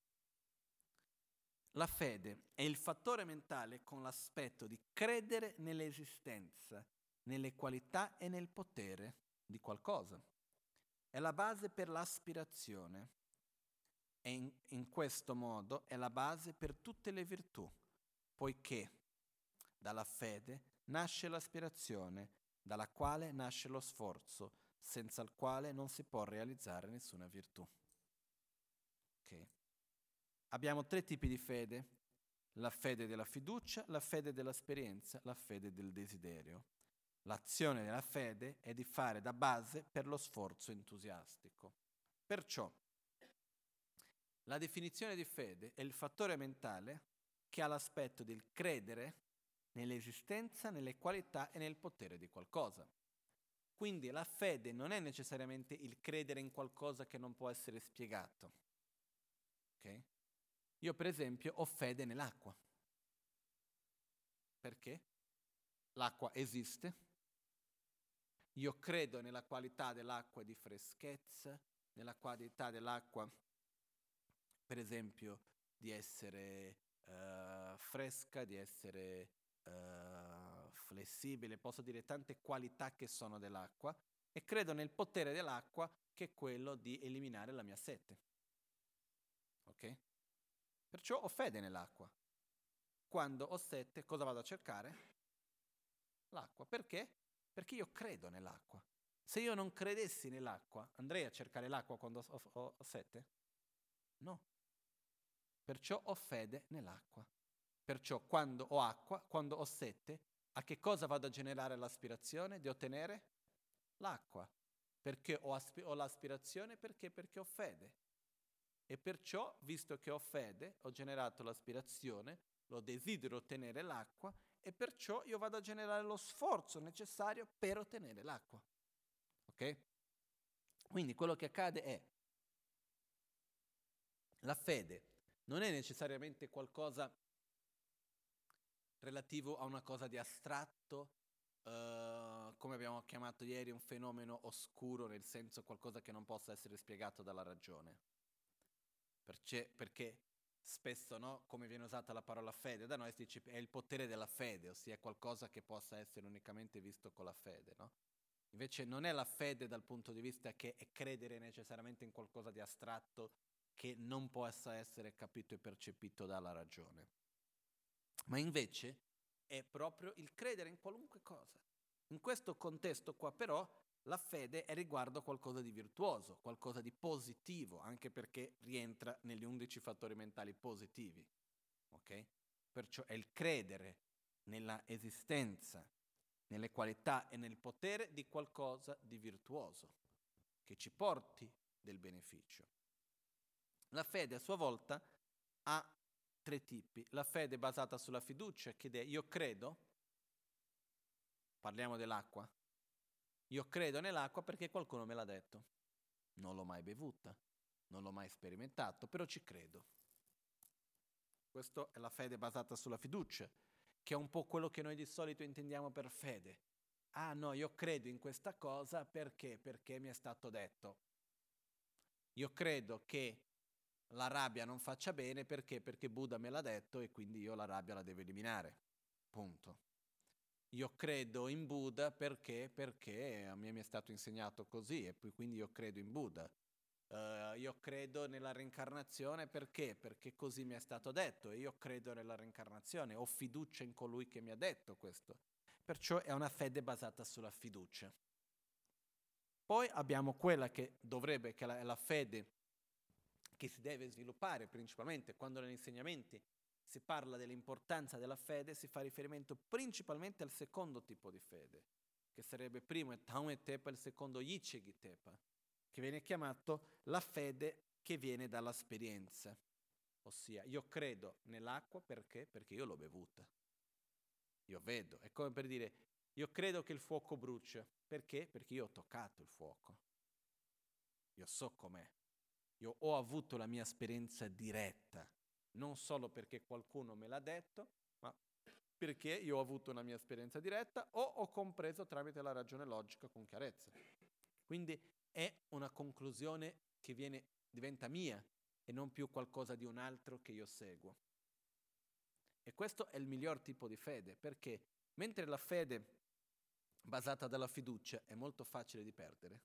La fede è il fattore mentale con l'aspetto di credere nell'esistenza, nelle qualità e nel potere di qualcosa. È la base per l'aspirazione e in questo modo è la base per tutte le virtù, poiché dalla fede nasce l'aspirazione, dalla quale nasce lo sforzo, senza il quale non si può realizzare nessuna virtù. Okay. Abbiamo 3 tipi di fede: la fede della fiducia, la fede dell'esperienza, la fede del desiderio. L'azione della fede è di fare da base per lo sforzo entusiastico. Perciò la definizione di fede è il fattore mentale che ha l'aspetto del credere nell'esistenza, nelle qualità e nel potere di qualcosa. Quindi la fede non è necessariamente il credere in qualcosa che non può essere spiegato. Okay? Io per esempio ho fede nell'acqua. Perché? L'acqua esiste. Io credo nella qualità dell'acqua di freschezza, nella qualità dell'acqua, per esempio, di essere fresca, di essere flessibile, posso dire tante qualità che sono dell'acqua e credo nel potere dell'acqua che è quello di eliminare la mia sete. Ok? Perciò ho fede nell'acqua. Quando ho sete, cosa vado a cercare? L'acqua. Perché? Perché io credo nell'acqua. Se io non credessi nell'acqua, andrei a cercare l'acqua quando ho sete? No. Perciò ho fede nell'acqua. Perciò quando ho acqua, quando ho sete, a che cosa vado a generare l'aspirazione di ottenere? L'acqua. Perché ho l'aspirazione? Perché ho fede. E perciò, visto che ho fede, ho generato l'aspirazione, lo desidero ottenere l'acqua e perciò io vado a generare lo sforzo necessario per ottenere l'acqua. Ok? Quindi quello che accade è la fede non è necessariamente qualcosa relativo a una cosa di astratto, come abbiamo chiamato ieri, un fenomeno oscuro, nel senso qualcosa che non possa essere spiegato dalla ragione. Perché spesso, no, come viene usata la parola fede, da noi si dice è il potere della fede, ossia è qualcosa che possa essere unicamente visto con la fede, no? Invece non è la fede dal punto di vista che è credere necessariamente in qualcosa di astratto che non possa essere capito e percepito dalla ragione, ma invece è proprio il credere in qualunque cosa. In questo contesto qua però la fede è riguardo a qualcosa di virtuoso, qualcosa di positivo, anche perché rientra negli 11 fattori mentali positivi, ok? Perciò è il credere nella esistenza, nelle qualità e nel potere di qualcosa di virtuoso, che ci porti del beneficio. La fede a sua volta ha 3 tipi. La fede basata sulla fiducia, che è io credo, parliamo dell'acqua, io credo nell'acqua perché qualcuno me l'ha detto. Non l'ho mai bevuta, non l'ho mai sperimentato, però ci credo. Questa è la fede basata sulla fiducia, che è un po' quello che noi di solito intendiamo per fede. Ah no, io credo in questa cosa perché? Perché mi è stato detto. Io credo che la rabbia non faccia bene perché? Perché Buddha me l'ha detto e quindi io la rabbia la devo eliminare. Punto. Io credo in Buddha perché a me mi è stato insegnato così e poi quindi io credo in Buddha. Io credo nella reincarnazione perché così mi è stato detto e io credo nella reincarnazione, ho fiducia in colui che mi ha detto questo. Perciò è una fede basata sulla fiducia. Poi abbiamo quella che dovrebbe, che è la fede che si deve sviluppare principalmente quando negli insegnamenti si parla dell'importanza della fede, si fa riferimento principalmente al secondo tipo di fede, che sarebbe primo Taum Tepa, il secondo Yichegi Tepa, che viene chiamato la fede che viene dall'esperienza. Ossia, io credo nell'acqua perché? Perché io l'ho bevuta. Io vedo. È come per dire, io credo che il fuoco brucia. Perché? Perché io ho toccato il fuoco. Io so com'è. Io ho avuto la mia esperienza diretta, non solo perché qualcuno me l'ha detto, ma perché io ho avuto una mia esperienza diretta o ho compreso tramite la ragione logica con chiarezza. Quindi è una conclusione che diventa mia e non più qualcosa di un altro che io seguo. E questo è il miglior tipo di fede, perché mentre la fede basata dalla fiducia è molto facile di perdere,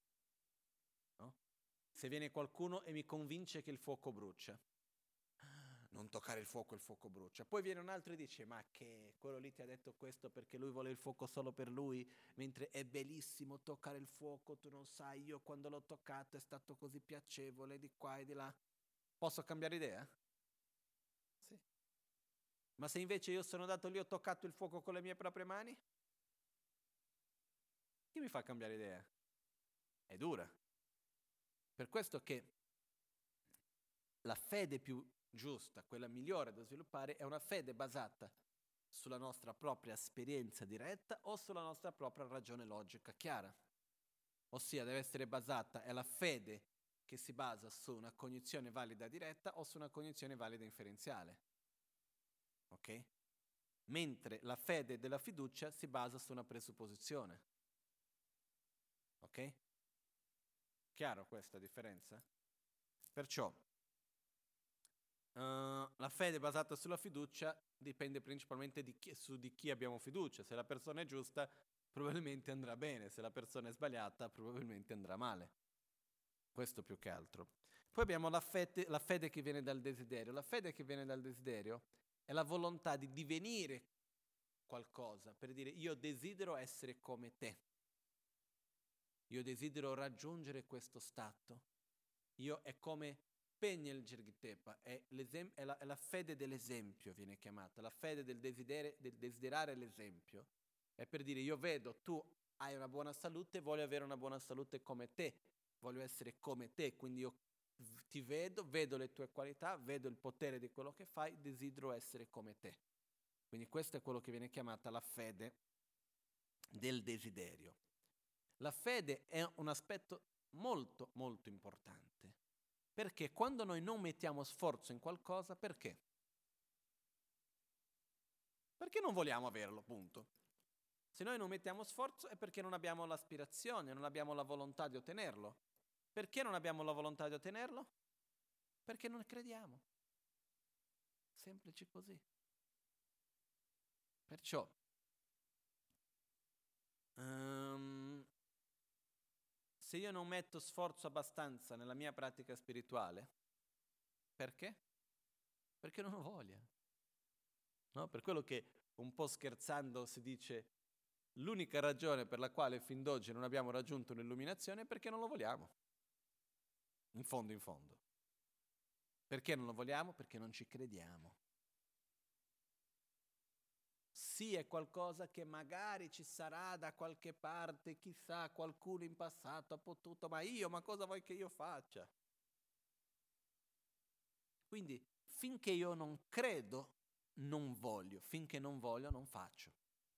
no? Se viene qualcuno e mi convince che il fuoco brucia, non toccare il fuoco brucia. Poi viene un altro e dice, ma che quello lì ti ha detto questo perché lui vuole il fuoco solo per lui, mentre è bellissimo toccare il fuoco, tu non sai, io quando l'ho toccato è stato così piacevole di qua e di là. Posso cambiare idea? Sì. Ma se invece io sono andato lì e ho toccato il fuoco con le mie proprie mani? Chi mi fa cambiare idea? È dura. Per questo che la fede più giusta, quella migliore da sviluppare, è una fede basata sulla nostra propria esperienza diretta o sulla nostra propria ragione logica chiara. Ossia deve essere basata, è la fede che si basa su una cognizione valida diretta o su una cognizione valida inferenziale. Ok? Mentre la fede della fiducia si basa su una presupposizione. Ok? Chiaro questa differenza? Perciò La fede basata sulla fiducia dipende principalmente di chi abbiamo fiducia. Se la persona è giusta, probabilmente andrà bene. Se la persona è sbagliata, probabilmente andrà male. Questo più che altro. Poi abbiamo la fede che viene dal desiderio. La fede che viene dal desiderio è la volontà di divenire qualcosa, per dire io desidero essere come te, io desidero raggiungere questo stato. Io è come Pegnel Jirgitepa, è la fede dell'esempio, viene chiamata, la fede del desiderare l'esempio. È per dire io vedo, tu hai una buona salute, voglio avere una buona salute come te, voglio essere come te, quindi io ti vedo le tue qualità, vedo il potere di quello che fai, desidero essere come te. Quindi questo è quello che viene chiamata la fede del desiderio. La fede è un aspetto molto molto importante, perché quando noi non mettiamo sforzo in qualcosa, perché? Perché non vogliamo averlo, punto. Se noi non mettiamo sforzo è perché non abbiamo l'aspirazione, non abbiamo la volontà di ottenerlo. Perché non abbiamo la volontà di ottenerlo? Perché non crediamo. Semplice così. Perciò, se io non metto sforzo abbastanza nella mia pratica spirituale, perché? Perché non ho voglia. No? Per quello che un po' scherzando si dice l'unica ragione per la quale fin d'oggi non abbiamo raggiunto un'illuminazione è perché non lo vogliamo. In fondo, in fondo. Perché non lo vogliamo? Perché non ci crediamo. Sì, è qualcosa che magari ci sarà da qualche parte, chissà, qualcuno in passato ha potuto, ma cosa vuoi che io faccia? Quindi, finché io non credo, non voglio, finché non voglio, non faccio.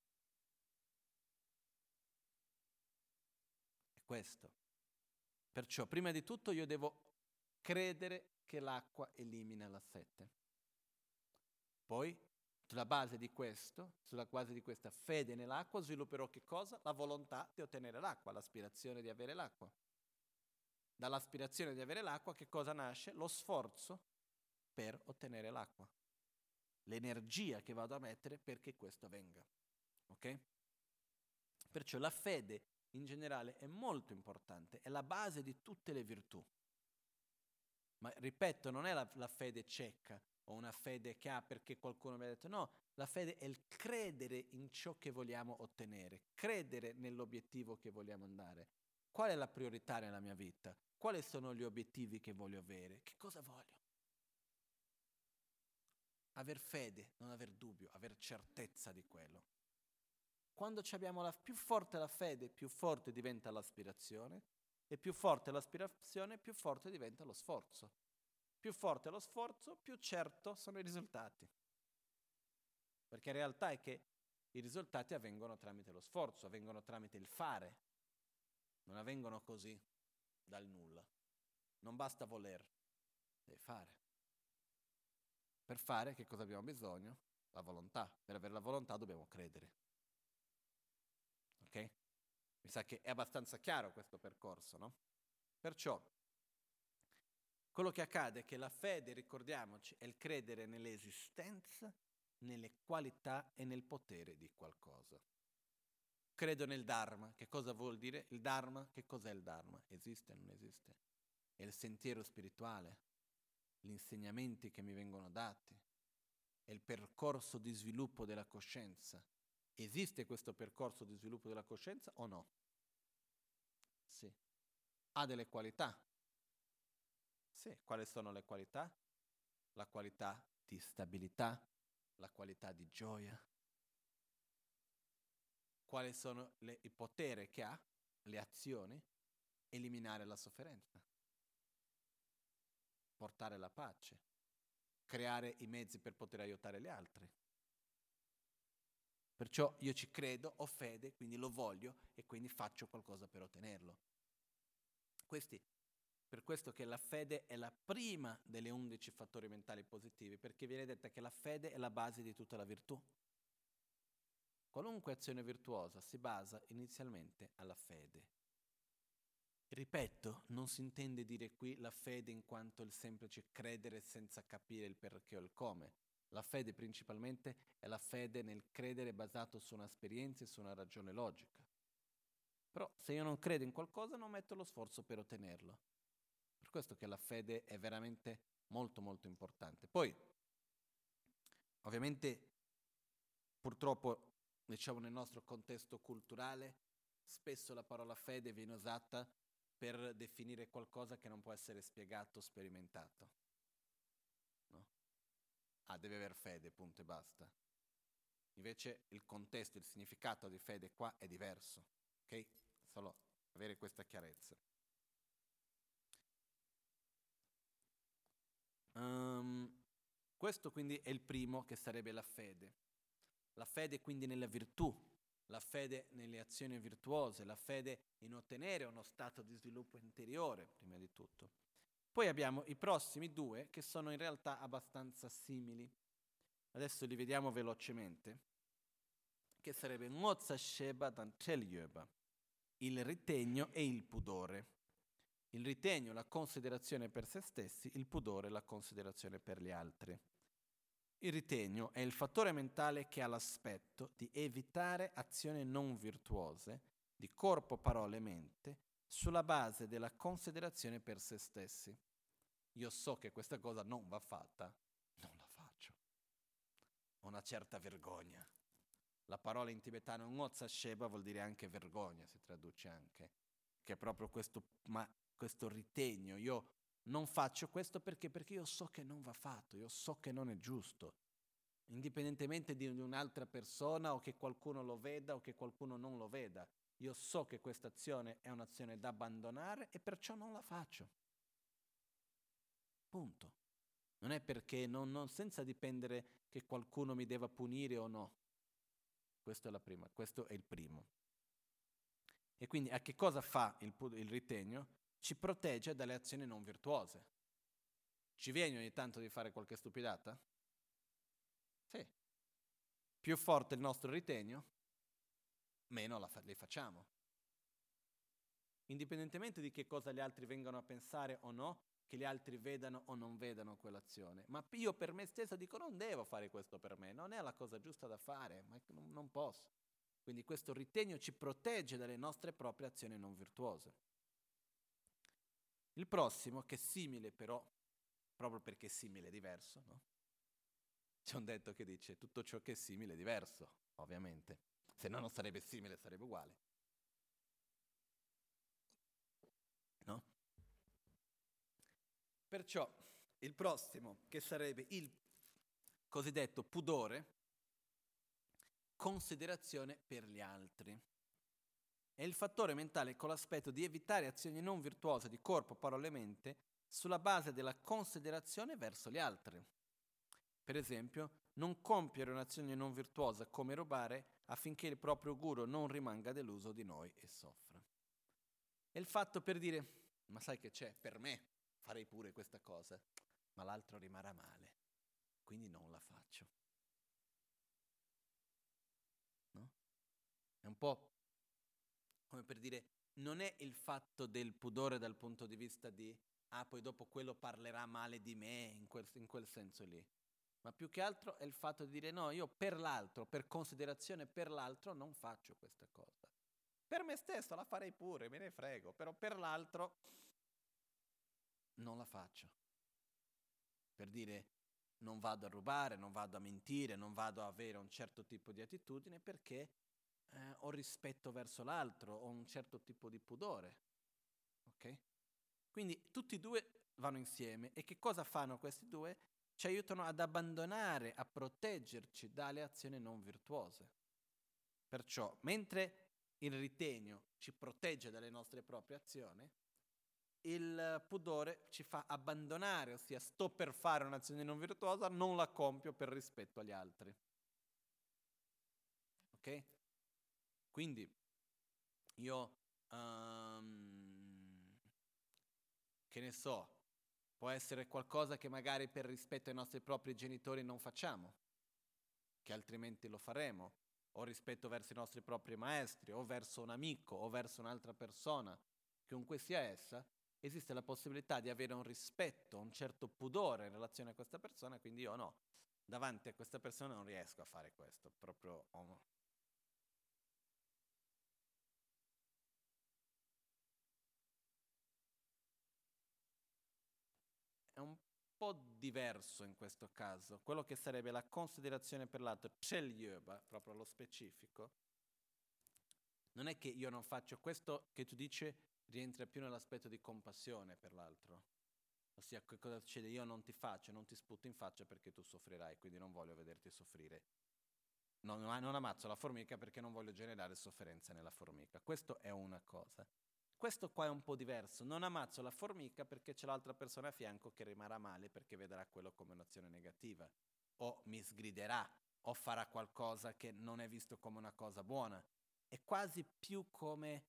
È questo. Perciò, prima di tutto, io devo credere che l'acqua elimina la sete. Poi, sulla base di questa fede nell'acqua, svilupperò che cosa? La volontà di ottenere l'acqua, l'aspirazione di avere l'acqua. Dall'aspirazione di avere l'acqua, che cosa nasce? Lo sforzo per ottenere l'acqua. L'energia che vado a mettere perché questo avvenga. Ok? Perciò la fede in generale è molto importante, è la base di tutte le virtù. Ma ripeto, non è la fede cieca o una fede che ha perché qualcuno mi ha detto no, la fede è il credere in ciò che vogliamo ottenere, credere nell'obiettivo che vogliamo andare. Qual è la priorità nella mia vita? Quali sono gli obiettivi che voglio avere? Che cosa voglio? Aver fede, non aver dubbio, aver certezza di quello. Quando abbiamo più forte la fede, più forte diventa l'aspirazione e più forte l'aspirazione, più forte diventa lo sforzo. Più forte lo sforzo, più certo sono i risultati. Perché in realtà è che i risultati avvengono tramite lo sforzo, avvengono tramite il fare, non avvengono così dal nulla. Non basta voler, devi fare. Per fare che cosa abbiamo bisogno? La volontà. Per avere la volontà dobbiamo credere. Ok? Mi sa che è abbastanza chiaro questo percorso, no? Perciò, quello che accade è che la fede, ricordiamoci, è il credere nell'esistenza, nelle qualità e nel potere di qualcosa. Credo nel Dharma. Che cosa vuol dire? Il Dharma, che cos'è il Dharma? Esiste o non esiste? È il sentiero spirituale, gli insegnamenti che mi vengono dati, è il percorso di sviluppo della coscienza. Esiste questo percorso di sviluppo della coscienza o no? Sì. Ha delle qualità? Sì. Quali sono le qualità? La qualità di stabilità, la qualità di gioia. Quali sono il potere che ha? Le azioni? Eliminare la sofferenza, portare la pace, creare i mezzi per poter aiutare gli altri. Perciò io ci credo, ho fede, quindi lo voglio e quindi faccio qualcosa per ottenerlo. Per questo che la fede è la prima delle 11 fattori mentali positivi, perché viene detta che la fede è la base di tutta la virtù. Qualunque azione virtuosa si basa inizialmente alla fede. Ripeto, non si intende dire qui la fede in quanto il semplice credere senza capire il perché o il come. La fede principalmente è la fede nel credere basato su un'esperienza e su una ragione logica. Però se io non credo in qualcosa non metto lo sforzo per ottenerlo. Per questo che la fede è veramente molto molto importante. Poi, ovviamente, purtroppo, diciamo nel nostro contesto culturale, spesso la parola fede viene usata per definire qualcosa che non può essere spiegato o sperimentato. No? Ah, deve aver fede, punto e basta. Invece il contesto, il significato di fede qua è diverso. Ok? Solo avere questa chiarezza. Questo quindi è il primo, che sarebbe la fede. La fede quindi nella virtù, la fede nelle azioni virtuose, la fede in ottenere uno stato di sviluppo interiore, prima di tutto. Poi abbiamo i prossimi due che sono in realtà abbastanza simili. Adesso li vediamo velocemente, che sarebbe Ngozha Sheba Danteljöba, il ritegno e il pudore. Il ritegno, la considerazione per se stessi, il pudore, la considerazione per gli altri. Il ritegno è il fattore mentale che ha l'aspetto di evitare azioni non virtuose di corpo, parole e mente sulla base della considerazione per se stessi. Io so che questa cosa non va fatta, non la faccio. Ho una certa vergogna. La parola in tibetano Ngozha Sheba vuol dire anche vergogna, si traduce anche, che è proprio questo ritegno. Io non faccio questo perché io so che non va fatto, io so che non è giusto, indipendentemente di un'altra persona o che qualcuno lo veda o che qualcuno non lo veda. Io so che questa azione è un'azione da abbandonare e perciò non la faccio. Punto. Non è perché, senza dipendere che qualcuno mi deva punire o no. Questo è il primo. E quindi a che cosa fa il ritegno? Ci protegge dalle azioni non virtuose. Ci viene ogni tanto di fare qualche stupidata? Sì. Più forte il nostro ritegno, meno le facciamo. Indipendentemente di che cosa gli altri vengano a pensare o no, che gli altri vedano o non vedano quell'azione. Ma io per me stesso dico non devo fare questo per me, non è la cosa giusta da fare, ma non posso. Quindi questo ritegno ci protegge dalle nostre proprie azioni non virtuose. Il prossimo, che è simile però, proprio perché è simile è diverso, no? C'è un detto che dice tutto ciò che è simile è diverso, ovviamente. Se no non sarebbe simile, sarebbe uguale. No? Perciò il prossimo, che sarebbe il cosiddetto pudore, considerazione per gli altri. È il fattore mentale con l'aspetto di evitare azioni non virtuose di corpo, parole e mente sulla base della considerazione verso gli altri. Per esempio, non compiere un'azione non virtuosa come rubare affinché il proprio guru non rimanga deluso di noi e soffra. È il fatto per dire, ma sai che c'è, per me farei pure questa cosa, ma l'altro rimarrà male, quindi non la faccio. No? È un po' come per dire, non è il fatto del pudore dal punto di vista di, poi dopo quello parlerà male di me, in quel senso lì. Ma più che altro è il fatto di dire no, io per l'altro, per considerazione per l'altro, non faccio questa cosa. Per me stesso la farei pure, me ne frego, però per l'altro non la faccio. Per dire non vado a rubare, non vado a mentire, non vado a avere un certo tipo di attitudine perché ho rispetto verso l'altro, ho un certo tipo di pudore. Ok? Quindi tutti e due vanno insieme. E che cosa fanno questi due? Ci aiutano ad abbandonare, a proteggerci dalle azioni non virtuose. Perciò, mentre il ritegno ci protegge dalle nostre proprie azioni, il pudore ci fa abbandonare, ossia sto per fare un'azione non virtuosa, non la compio per rispetto agli altri. Ok? Quindi io, che ne so, può essere qualcosa che magari per rispetto ai nostri propri genitori non facciamo, che altrimenti lo faremo, o rispetto verso i nostri propri maestri, o verso un amico, o verso un'altra persona, che chiunque sia essa, esiste la possibilità di avere un rispetto, un certo pudore in relazione a questa persona, quindi io no, davanti a questa persona non riesco a fare questo, proprio è un po' diverso in questo caso. Quello che sarebbe la considerazione per l'altro, proprio lo specifico, non è che io non faccio questo che tu dici rientra più nell'aspetto di compassione per l'altro. Ossia, che cosa succede? Io non ti faccio, non ti sputo in faccia perché tu soffrirai, quindi non voglio vederti soffrire. Non ammazzo la formica perché non voglio generare sofferenza nella formica. Questo è una cosa. Questo qua è un po' diverso. Non ammazzo la formica perché c'è l'altra persona a fianco che rimarrà male perché vedrà quello come un'azione negativa. O mi sgriderà, o farà qualcosa che non è visto come una cosa buona. È quasi più come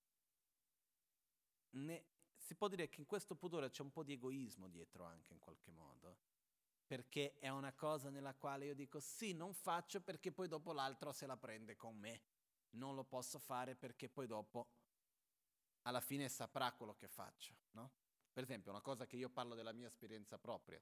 si può dire che in questo pudore c'è un po' di egoismo dietro anche in qualche modo, perché è una cosa nella quale io dico sì, non faccio perché poi dopo l'altro se la prende con me, non lo posso fare perché poi dopo alla fine saprà quello che faccio, no? Per esempio, una cosa che io parlo della mia esperienza propria,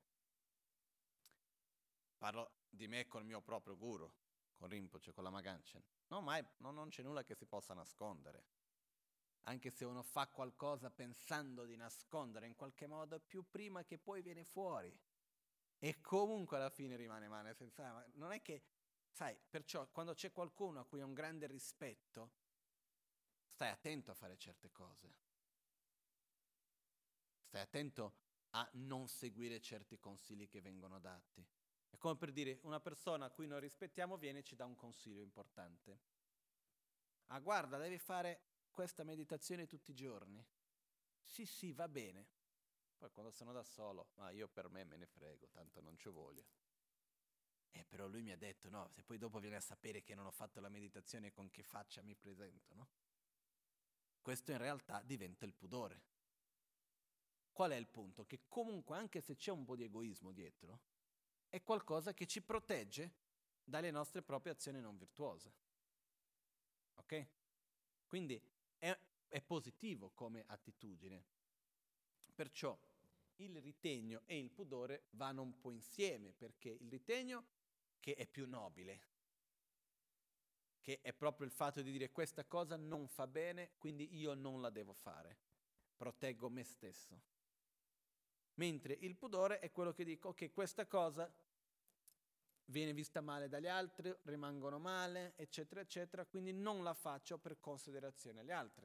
parlo di me con il mio proprio guru, con Rinpoche, con la Maganchen. No, non c'è nulla che si possa nascondere. Anche se uno fa qualcosa pensando di nascondere in qualche modo, più prima che poi viene fuori. E comunque alla fine rimane male senza. Non è che, sai, perciò quando c'è qualcuno a cui hai un grande rispetto, stai attento a fare certe cose. Stai attento a non seguire certi consigli che vengono dati. È come per dire, una persona a cui noi rispettiamo viene e ci dà un consiglio importante. Ah, guarda, devi fare questa meditazione tutti i giorni. Sì, sì, va bene. Poi quando sono da solo, ma io per me ne frego, tanto non ci voglio. Però lui mi ha detto, no, se poi dopo viene a sapere che non ho fatto la meditazione, con che faccia mi presento, no? Questo in realtà diventa il pudore. Qual è il punto? Che comunque, anche se c'è un po' di egoismo dietro, è qualcosa che ci protegge dalle nostre proprie azioni non virtuose. Ok? Quindi è positivo come attitudine. Perciò il ritegno e il pudore vanno un po' insieme, perché il ritegno, che è più nobile, che è proprio il fatto di dire questa cosa non fa bene, quindi io non la devo fare, proteggo me stesso. Mentre il pudore è quello che dico, ok, questa cosa viene vista male dagli altri, rimangono male, eccetera, eccetera, quindi non la faccio per considerazione agli altri.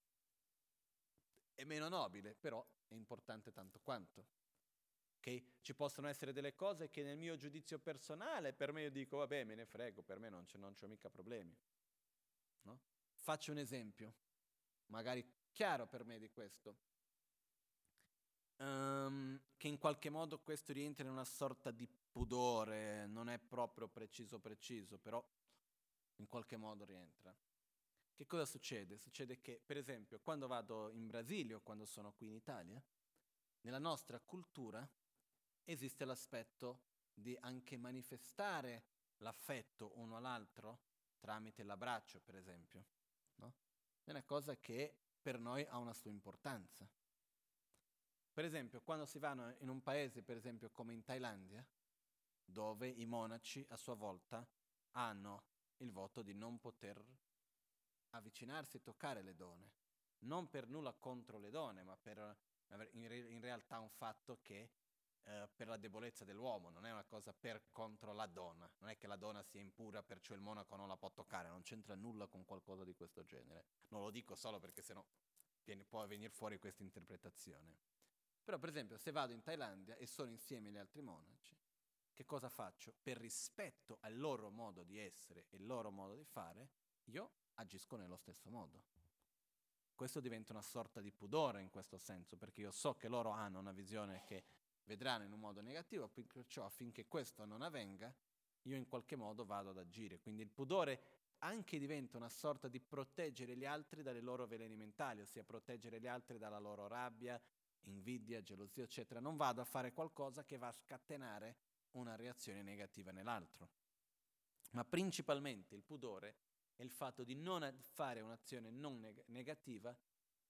È meno nobile, però è importante tanto quanto. Okay? Ci possono essere delle cose che nel mio giudizio personale, per me io dico, vabbè, me ne frego, per me non c'ho mica problemi. No? Faccio un esempio, magari chiaro per me di questo, che in qualche modo questo rientra in una sorta di pudore, non è proprio preciso, però in qualche modo rientra. Che cosa succede? Succede che, per esempio, quando vado in Brasile o quando sono qui in Italia, nella nostra cultura esiste l'aspetto di anche manifestare l'affetto uno all'altro tramite l'abbraccio, per esempio. No? È una cosa che per noi ha una sua importanza. Per esempio, quando si va in un paese, per esempio come in Thailandia, dove i monaci a sua volta hanno il voto di non poter avvicinarsi e toccare le donne, non per nulla contro le donne, ma per in realtà un fatto che per la debolezza dell'uomo, non è una cosa per contro la donna, non è che la donna sia impura perciò il monaco non la può toccare, non c'entra nulla con qualcosa di questo genere. Non lo dico solo perché sennò può venire fuori questa interpretazione. Però per esempio se vado in Thailandia e sono insieme agli altri monaci, che cosa faccio? Per rispetto al loro modo di essere e il loro modo di fare, io agisco nello stesso modo. Questo diventa una sorta di pudore in questo senso, perché io so che loro hanno una visione che vedranno in un modo negativo, perciò affinché questo non avvenga, io in qualche modo vado ad agire. Quindi il pudore anche diventa una sorta di proteggere gli altri dalle loro veleni mentali, ossia proteggere gli altri dalla loro rabbia, invidia, gelosia, eccetera. Non vado a fare qualcosa che va a scatenare una reazione negativa nell'altro. Ma principalmente il pudore è il fatto di non fare un'azione non negativa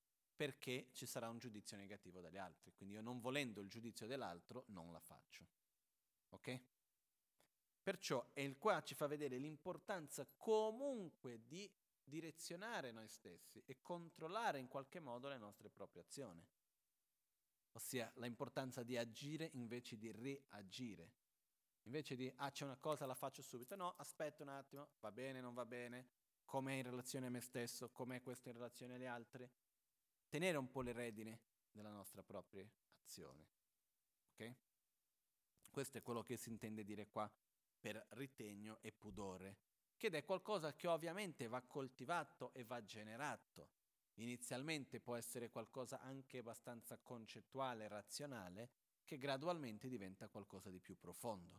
perché ci sarà un giudizio negativo dagli altri. Quindi io non volendo il giudizio dell'altro non la faccio. Ok? Perciò, e il qua ci fa vedere l'importanza comunque di direzionare noi stessi e controllare in qualche modo le nostre proprie azioni. Ossia l'importanza di agire invece di reagire. Invece di, c'è una cosa, la faccio subito. No, aspetta un attimo, va bene, non va bene, com'è in relazione a me stesso, com'è questo in relazione agli altri. Tenere un po' le redini della nostra propria azione. Ok? Questo è quello che si intende dire qua per ritegno e pudore, che è qualcosa che ovviamente va coltivato e va generato. Inizialmente può essere qualcosa anche abbastanza concettuale, razionale, che gradualmente diventa qualcosa di più profondo.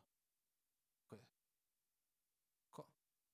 Co-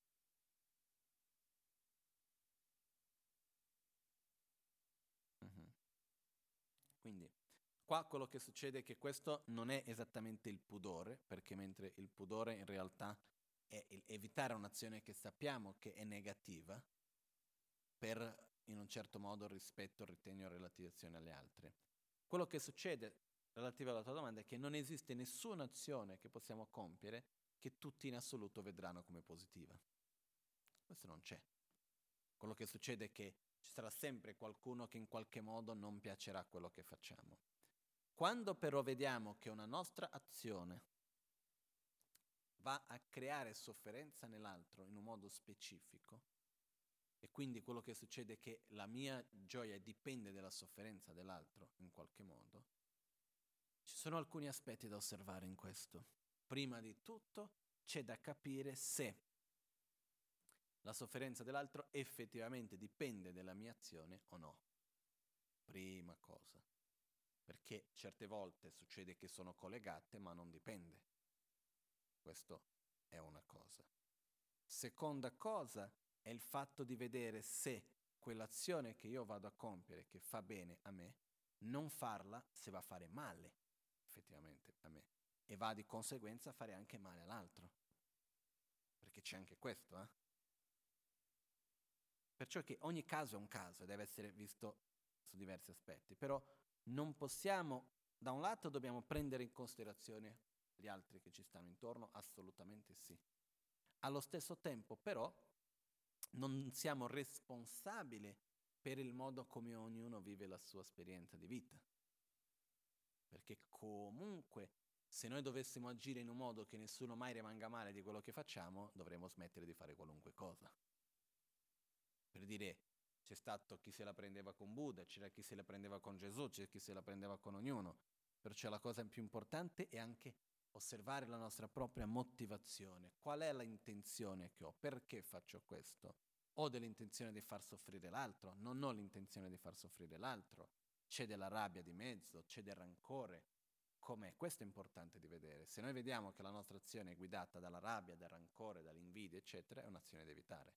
Mhm. Quindi, qua quello che succede è che questo non è esattamente il pudore, perché mentre il pudore in realtà è evitare un'azione che sappiamo che è negativa, per in un certo modo rispetto, ritegno e relativazione alle altre. Quello che succede relativo alla tua domanda è che non esiste nessuna azione che possiamo compiere che tutti in assoluto vedranno come positiva. Questo non c'è. Quello che succede è che ci sarà sempre qualcuno che in qualche modo non piacerà quello che facciamo. Quando però vediamo che una nostra azione va a creare sofferenza nell'altro in un modo specifico, e quindi quello che succede è che la mia gioia dipende dalla sofferenza dell'altro in qualche modo, ci sono alcuni aspetti da osservare in questo. Prima di tutto c'è da capire se la sofferenza dell'altro effettivamente dipende dalla mia azione o no. Prima cosa. Perché certe volte succede che sono collegate ma non dipende. Questo è una cosa. Seconda cosa è il fatto di vedere se quell'azione che io vado a compiere, che fa bene a me, non farla se va a fare male effettivamente a me e va di conseguenza a fare anche male all'altro. Perché c'è anche questo, eh? Perciò che ogni caso è un caso e deve essere visto su diversi aspetti, però non possiamo, da un lato dobbiamo prendere in considerazione gli altri che ci stanno intorno, assolutamente sì. Allo stesso tempo però non siamo responsabili per il modo come ognuno vive la sua esperienza di vita. Perché comunque se noi dovessimo agire in un modo che nessuno mai rimanga male di quello che facciamo, dovremmo smettere di fare qualunque cosa. Per dire, c'è stato chi se la prendeva con Buddha, c'era chi se la prendeva con Gesù, c'è chi se la prendeva con ognuno. Perciò la cosa più importante è anche osservare la nostra propria motivazione. Qual è l'intenzione che ho? Perché faccio questo? Ho dell'intenzione di far soffrire l'altro? Non ho l'intenzione di far soffrire l'altro? C'è della rabbia di mezzo? C'è del rancore? Com'è? Questo è importante di vedere. Se noi vediamo che la nostra azione è guidata dalla rabbia, dal rancore, dall'invidia, eccetera, è un'azione da evitare.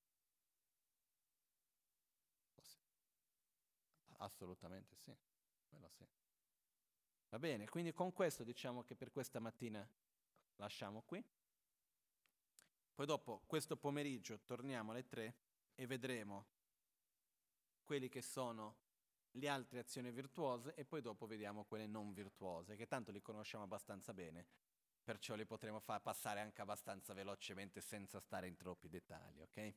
Assolutamente sì, quello sì. Va bene, quindi con questo diciamo che per questa mattina lasciamo qui. Poi dopo, questo pomeriggio, torniamo alle 3 e vedremo quelli che sono le altre azioni virtuose e poi dopo vediamo quelle non virtuose, che tanto li conosciamo abbastanza bene, perciò li potremo far passare anche abbastanza velocemente senza stare in troppi dettagli, ok?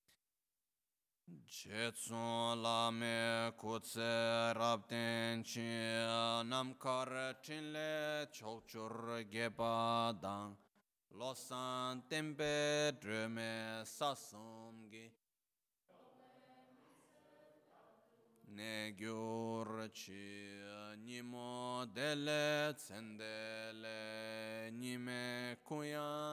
Jetsun lame kutse rabden chi namkar chinle chokchur gepa dang losan tempe drume sasumgi ne gyur chi nimo dele tsendele nime kuya